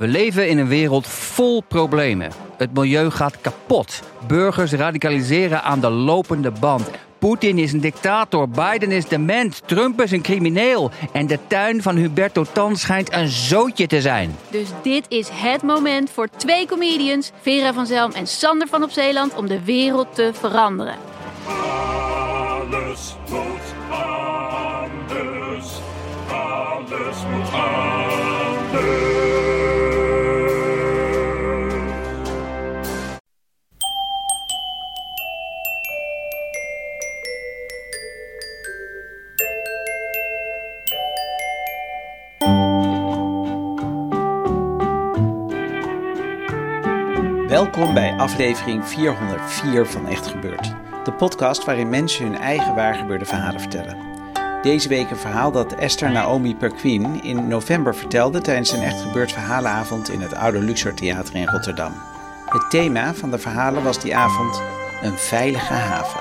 We leven in een wereld vol problemen. Het milieu gaat kapot. Burgers radicaliseren aan de lopende band. Poetin is een dictator, Biden is dement, Trump is een crimineel. En de tuin van Huberto Tan schijnt een zootje te zijn. Dus dit is het moment voor 2 comedians, Vera van Zelm en Sander van Opzeeland, om de wereld te veranderen. Alles moet anders. Alles moet anders. Welkom bij aflevering 404 van Echt Gebeurd. De podcast waarin mensen hun eigen waargebeurde verhalen vertellen. Deze week een verhaal dat Esther Naomi Perquin in november vertelde tijdens een Echt Gebeurd verhalenavond in het Oude Luxor Theater in Rotterdam. Het thema van de verhalen was die avond een veilige haven.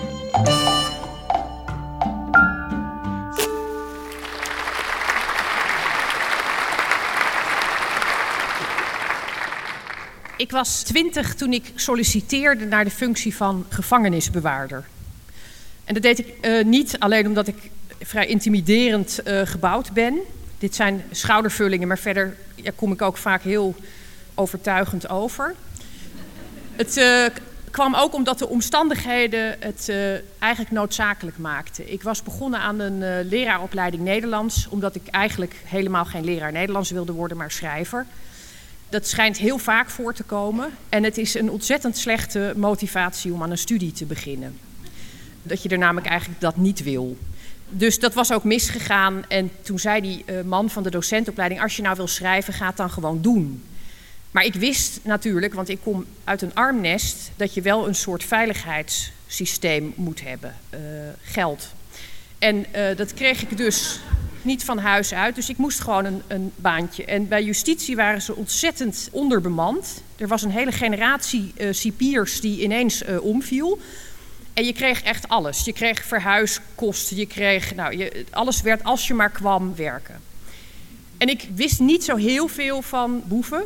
Ik was 20 toen ik solliciteerde naar de functie van gevangenisbewaarder. En dat deed ik niet alleen omdat ik vrij intimiderend gebouwd ben. Dit zijn schoudervullingen, maar verder kom ik ook vaak heel overtuigend over. Het kwam ook omdat de omstandigheden het eigenlijk noodzakelijk maakten. Ik was begonnen aan een leraaropleiding Nederlands, omdat ik eigenlijk helemaal geen leraar Nederlands wilde worden, maar schrijver. Dat schijnt heel vaak voor te komen. En het is een ontzettend slechte motivatie om aan een studie te beginnen. Dat je er namelijk eigenlijk dat niet wil. Dus dat was ook misgegaan. En toen zei die man van de docentenopleiding: als je nou wil schrijven, ga het dan gewoon doen. Maar ik wist natuurlijk, want ik kom uit een arm nest, dat je wel een soort veiligheidssysteem moet hebben. Geld. En dat kreeg ik dus niet van huis uit, dus ik moest gewoon een baantje. En bij justitie waren ze ontzettend onderbemand. Er was een hele generatie cipiers die ineens omviel. En je kreeg echt alles. Je kreeg verhuiskosten, je kreeg, alles werd als je maar kwam werken. En ik wist niet zo heel veel van boeven.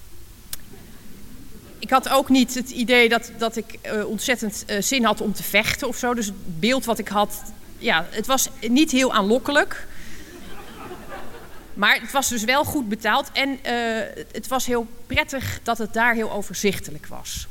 Ik had ook niet het idee dat ik ontzettend zin had om te vechten of zo. Dus het beeld wat ik had, het was niet heel aanlokkelijk. Maar het was dus wel goed betaald en het was heel prettig dat het daar heel overzichtelijk was.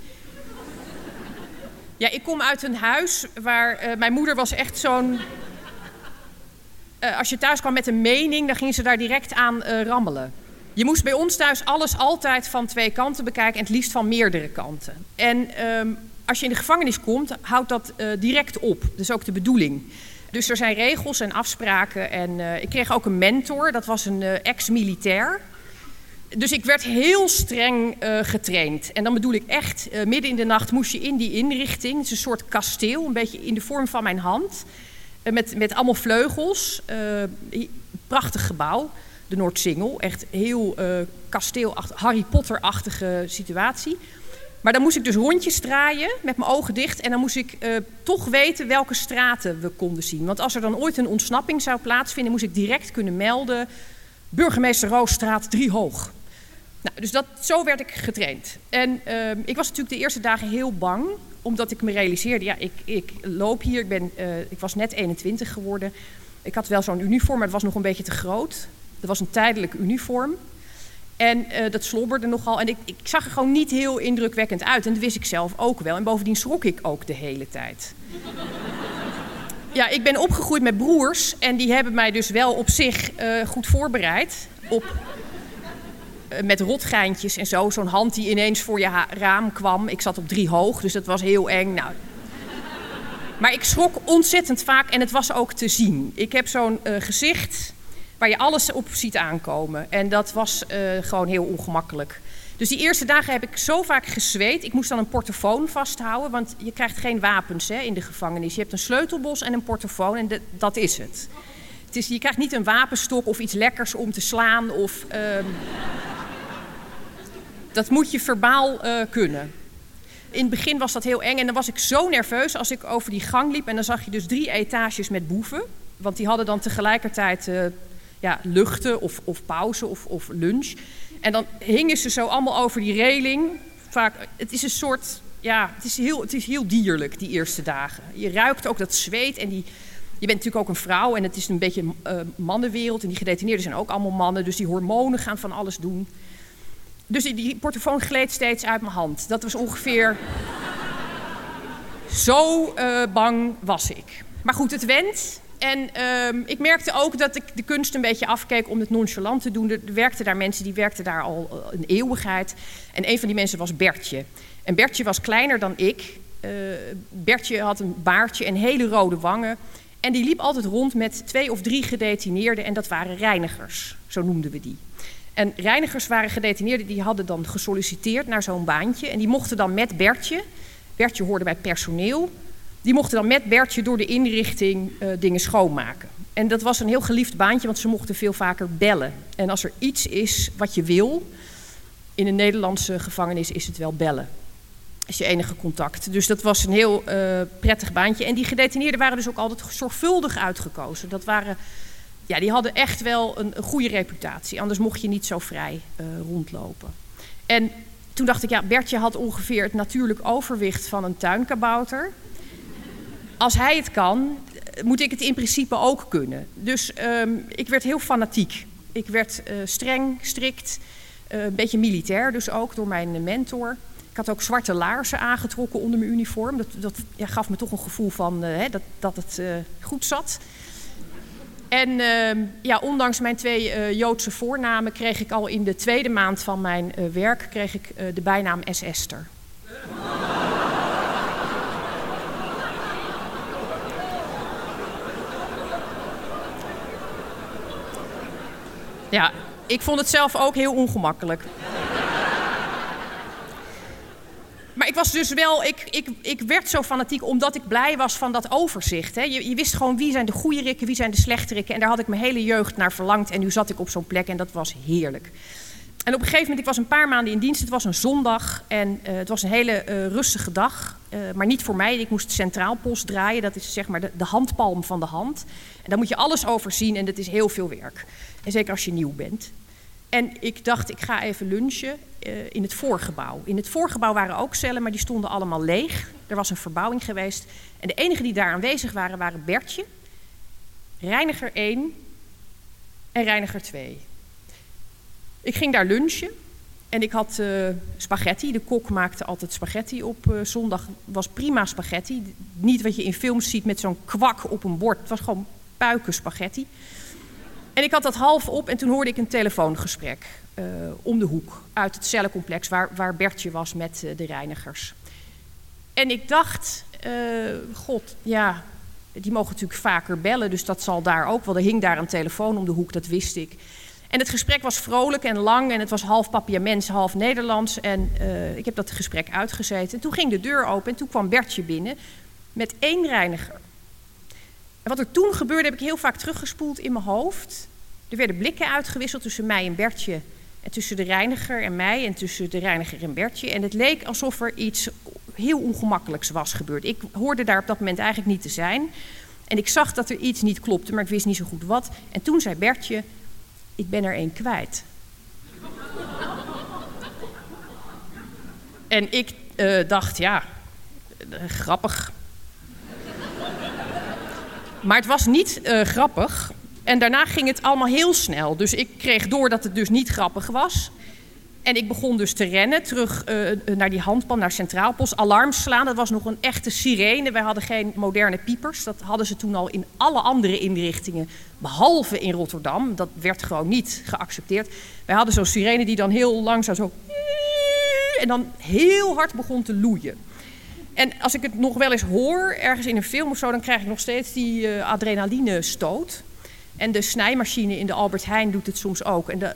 Ja, ik kom uit een huis waar mijn moeder was echt zo'n... als je thuis kwam met een mening, dan ging ze daar direct aan rammelen. Je moest bij ons thuis alles altijd van 2 kanten bekijken en het liefst van meerdere kanten. En als je in de gevangenis komt, houdt dat direct op. Dat is ook de bedoeling. Dus er zijn regels en afspraken en ik kreeg ook een mentor, dat was een ex-militair. Dus ik werd heel streng getraind. En dan bedoel ik echt, midden in de nacht moest je in die inrichting. Het is een soort kasteel, een beetje in de vorm van mijn hand. Met allemaal vleugels. Prachtig gebouw, de Noordsingel. Echt heel kasteelachtig, Harry Potter-achtige situatie. Maar dan moest ik dus rondjes draaien met mijn ogen dicht. En dan moest ik toch weten welke straten we konden zien. Want als er dan ooit een ontsnapping zou plaatsvinden, moest ik direct kunnen melden: Burgemeester Roosstraat 3 hoog. Nou, dus zo werd ik getraind. En ik was natuurlijk de eerste dagen heel bang. Omdat ik me realiseerde, ik loop hier. Ik was net 21 geworden. Ik had wel zo'n uniform, maar het was nog een beetje te groot. Dat was een tijdelijk uniform. En dat slobberde nogal. En ik zag er gewoon niet heel indrukwekkend uit. En dat wist ik zelf ook wel. En bovendien schrok ik ook de hele tijd. Ja, ik ben opgegroeid met broers. En die hebben mij dus wel op zich goed voorbereid. Met rotgeintjes en zo. Zo'n hand die ineens voor je raam kwam. Ik zat op 3 hoog, dus dat was heel eng. Maar ik schrok ontzettend vaak en het was ook te zien. Ik heb zo'n gezicht waar je alles op ziet aankomen. En dat was gewoon heel ongemakkelijk. Dus die eerste dagen heb ik zo vaak gezweet. Ik moest dan een portofoon vasthouden, want je krijgt geen wapens in de gevangenis. Je hebt een sleutelbos en een portofoon en dat is het. Je krijgt niet een wapenstok of iets lekkers om te slaan. Dat moet je verbaal kunnen. In het begin was dat heel eng en dan was ik zo nerveus als ik over die gang liep. En dan zag je dus 3 etages met boeven. Want die hadden dan tegelijkertijd luchten of pauze of lunch. En dan hingen ze zo allemaal over die reling. Vaak, het is een soort, het is heel dierlijk die eerste dagen. Je ruikt ook dat zweet en je bent natuurlijk ook een vrouw en het is een beetje een mannenwereld. En die gedetineerden zijn ook allemaal mannen, dus die hormonen gaan van alles doen. Dus die portofoon gleed steeds uit mijn hand. Dat was ongeveer... Zo bang was ik. Maar goed, het went. En ik merkte ook dat ik de kunst een beetje afkeek om het nonchalant te doen. Er werkten daar mensen, die werkten daar al een eeuwigheid. En een van die mensen was Bertje. En Bertje was kleiner dan ik. Bertje had een baardje en hele rode wangen. En die liep altijd rond met 2 of 3 gedetineerden. En dat waren reinigers, zo noemden we die. En reinigers waren gedetineerden, die hadden dan gesolliciteerd naar zo'n baantje. En die mochten dan met Bertje... Bertje hoorde bij personeel. Die mochten dan met Bertje door de inrichting dingen schoonmaken. En dat was een heel geliefd baantje, want ze mochten veel vaker bellen. En als er iets is wat je wil, in een Nederlandse gevangenis is het wel bellen. Dat is je enige contact. Dus dat was een heel prettig baantje. En die gedetineerden waren dus ook altijd zorgvuldig uitgekozen. Die hadden echt wel een goede reputatie. Anders mocht je niet zo vrij rondlopen. En toen dacht ik, Bertje had ongeveer het natuurlijk overwicht van een tuinkabouter. Als hij het kan, moet ik het in principe ook kunnen. Dus ik werd heel fanatiek. Ik werd streng, strikt, een beetje militair dus ook door mijn mentor. Ik had ook zwarte laarzen aangetrokken onder mijn uniform. Dat gaf me toch een gevoel van dat het goed zat. En ondanks mijn 2 Joodse voornamen kreeg ik al in de 2e maand van mijn werk de bijnaam S.Esther. Ja, ik vond het zelf ook heel ongemakkelijk. Maar ik was dus wel, ik werd zo fanatiek omdat ik blij was van dat overzicht. Hè. Je wist gewoon wie zijn de goede rikken, wie zijn de slechte rikken. En daar had ik mijn hele jeugd naar verlangd. En nu zat ik op zo'n plek en dat was heerlijk. En op een gegeven moment, ik was een paar maanden in dienst. Het was een zondag en het was een hele rustige dag. Maar niet voor mij. Ik moest Centraal Post draaien. Dat is zeg maar de handpalm van de hand. En daar moet je alles overzien en dat is heel veel werk. En zeker als je nieuw bent. En ik dacht, ik ga even lunchen in het voorgebouw. In het voorgebouw waren ook cellen, maar die stonden allemaal leeg. Er was een verbouwing geweest. En de enigen die daar aanwezig waren Bertje, reiniger 1 en reiniger 2. Ik ging daar lunchen en ik had spaghetti. De kok maakte altijd spaghetti op zondag. Was prima spaghetti. Niet wat je in films ziet met zo'n kwak op een bord. Het was gewoon puiken spaghetti. En ik had dat half op en toen hoorde ik een telefoongesprek om de hoek uit het cellencomplex waar Bertje was met de reinigers. En ik dacht, die mogen natuurlijk vaker bellen, dus dat zal daar ook wel. Er hing daar een telefoon om de hoek, dat wist ik. En het gesprek was vrolijk en lang en het was half Papiaments, half Nederlands. En ik heb dat gesprek uitgezeten. En toen ging de deur open en toen kwam Bertje binnen met 1 reiniger. En wat er toen gebeurde, heb ik heel vaak teruggespoeld in mijn hoofd. Er werden blikken uitgewisseld tussen mij en Bertje. En tussen de reiniger en mij en tussen de reiniger en Bertje. En het leek alsof er iets heel ongemakkelijks was gebeurd. Ik hoorde daar op dat moment eigenlijk niet te zijn. En ik zag dat er iets niet klopte, maar ik wist niet zo goed wat. En toen zei Bertje, ik ben er 1 kwijt. En ik dacht, grappig. Maar het was niet grappig. En daarna ging het allemaal heel snel. Dus ik kreeg door dat het dus niet grappig was. En ik begon dus te rennen, terug naar die handpalm, naar Centraal Post. Alarm slaan, dat was nog een echte sirene. Wij hadden geen moderne piepers. Dat hadden ze toen al in alle andere inrichtingen, behalve in Rotterdam. Dat werd gewoon niet geaccepteerd. Wij hadden zo'n sirene die dan heel langzaam zo... en dan heel hard begon te loeien. En als ik het nog wel eens hoor, ergens in een film of zo, dan krijg ik nog steeds die adrenaline stoot. En de snijmachine in de Albert Heijn doet het soms ook. En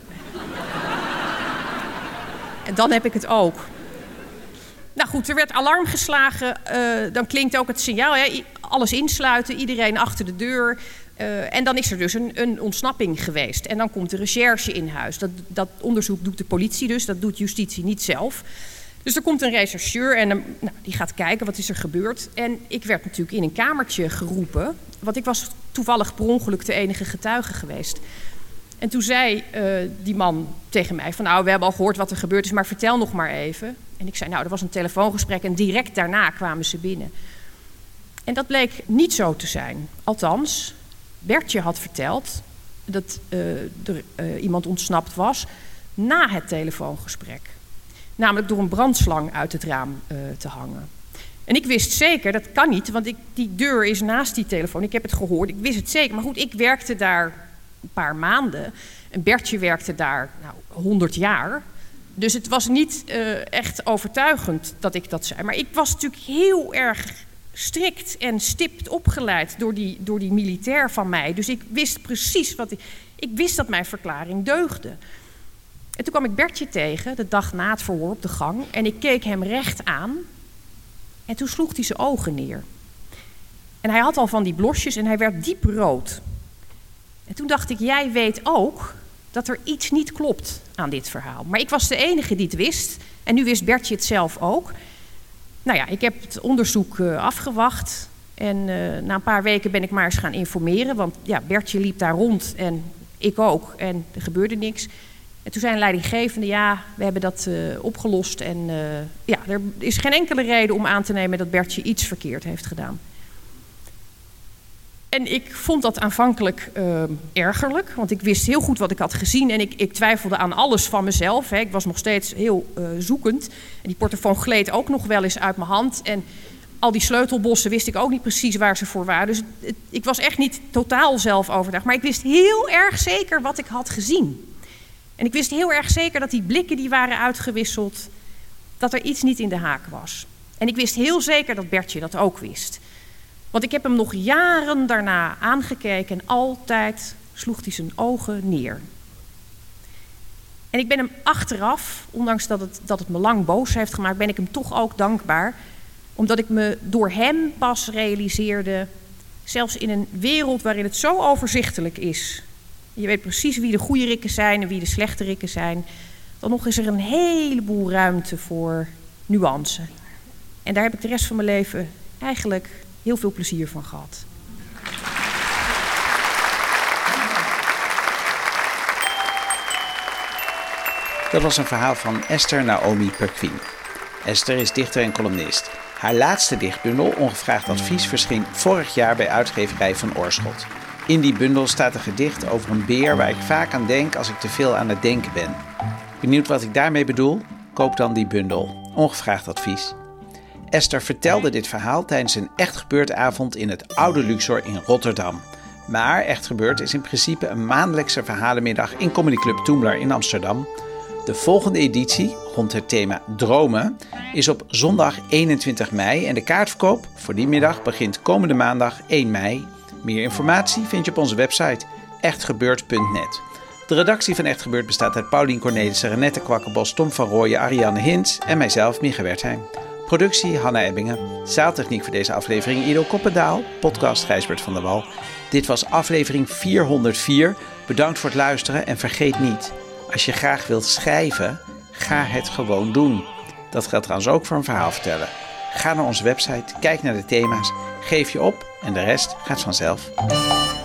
dan heb ik het ook. Nou goed, er werd alarm geslagen. Dan klinkt ook het signaal. Hè, alles insluiten, iedereen achter de deur. En dan is er dus een ontsnapping geweest. En dan komt de recherche in huis. Dat onderzoek doet de politie dus. Dat doet justitie niet zelf. Dus er komt een rechercheur en die gaat kijken wat is er gebeurd. En ik werd natuurlijk in een kamertje geroepen. Want ik was toevallig per ongeluk de enige getuige geweest. En toen zei die man tegen mij van... nou, we hebben al gehoord wat er gebeurd is, maar vertel nog maar even. En ik zei, nou, er was een telefoongesprek en direct daarna kwamen ze binnen. En dat bleek niet zo te zijn. Althans, Bertje had verteld dat er iemand ontsnapt was na het telefoongesprek. Namelijk door een brandslang uit het raam te hangen. En ik wist zeker, dat kan niet, want die deur is naast die telefoon. Ik heb het gehoord, ik wist het zeker. Maar goed, ik werkte daar een paar maanden. En Bertje werkte daar 100 jaar. Dus het was niet echt overtuigend dat ik dat zei. Maar ik was natuurlijk heel erg strikt en stipt opgeleid door die militair van mij. Dus ik wist precies ik wist dat mijn verklaring deugde. En toen kwam ik Bertje tegen, de dag na het verhoor op de gang. En ik keek hem recht aan. En toen sloeg hij zijn ogen neer. En hij had al van die blosjes en hij werd diep rood. En toen dacht ik, jij weet ook dat er iets niet klopt aan dit verhaal. Maar ik was de enige die het wist. En nu wist Bertje het zelf ook. Nou ja, ik heb het onderzoek afgewacht. En na een paar weken ben ik maar eens gaan informeren. Want ja, Bertje liep daar rond en ik ook. En er gebeurde niks. En toen zei een leidinggevende, ja, we hebben dat opgelost. En er is geen enkele reden om aan te nemen dat Bertje iets verkeerd heeft gedaan. En ik vond dat aanvankelijk ergerlijk, want ik wist heel goed wat ik had gezien. En ik twijfelde aan alles van mezelf. Hè. Ik was nog steeds heel zoekend. En die portofoon gleed ook nog wel eens uit mijn hand. En al die sleutelbossen wist ik ook niet precies waar ze voor waren. Dus ik was echt niet totaal zelfovertuigd. Maar ik wist heel erg zeker wat ik had gezien. En ik wist heel erg zeker dat die blikken die waren uitgewisseld, dat er iets niet in de haak was. En ik wist heel zeker dat Bertje dat ook wist. Want ik heb hem nog jaren daarna aangekeken en altijd sloeg hij zijn ogen neer. En ik ben hem achteraf, ondanks dat het me lang boos heeft gemaakt, ben ik hem toch ook dankbaar. Omdat ik me door hem pas realiseerde, zelfs in een wereld waarin het zo overzichtelijk is. Je weet precies wie de goede rikken zijn en wie de slechte rikken zijn. Dan nog is er een heleboel ruimte voor nuance. En daar heb ik de rest van mijn leven eigenlijk heel veel plezier van gehad. Dat was een verhaal van Esther Naomi Perquin. Esther is dichter en columnist. Haar laatste dichtbundel, Ongevraagd Advies, verscheen vorig jaar bij uitgeverij Van Oorschot. In die bundel staat een gedicht over een beer waar ik vaak aan denk als ik te veel aan het denken ben. Benieuwd wat ik daarmee bedoel? Koop dan die bundel. Ongevraagd Advies. Esther vertelde dit verhaal tijdens een Echt Gebeurd avond in het Oude Luxor in Rotterdam. Maar Echt Gebeurd is in principe een maandelijkse verhalenmiddag in Comedy Club Toemler in Amsterdam. De volgende editie, rond het thema Dromen, is op zondag 21 mei en de kaartverkoop voor die middag begint komende maandag 1 mei. Meer informatie vind je op onze website echtgebeurd.net. De redactie van Echt Gebeurd bestaat uit Paulien Cornelissen, Renette Kwakkenbos, Tom van Rooyen, Ariane Hins en mijzelf, Micha Wertheim. Productie Hanna Ebbingen. Zaaltechniek voor deze aflevering Ido Koppendaal. Podcast Gijsbert van der Wal. Dit was aflevering 404. Bedankt voor het luisteren en vergeet niet, als je graag wilt schrijven, ga het gewoon doen. Dat geldt trouwens ook voor een verhaal vertellen. Ga naar onze website, kijk naar de thema's, geef je op en de rest gaat vanzelf.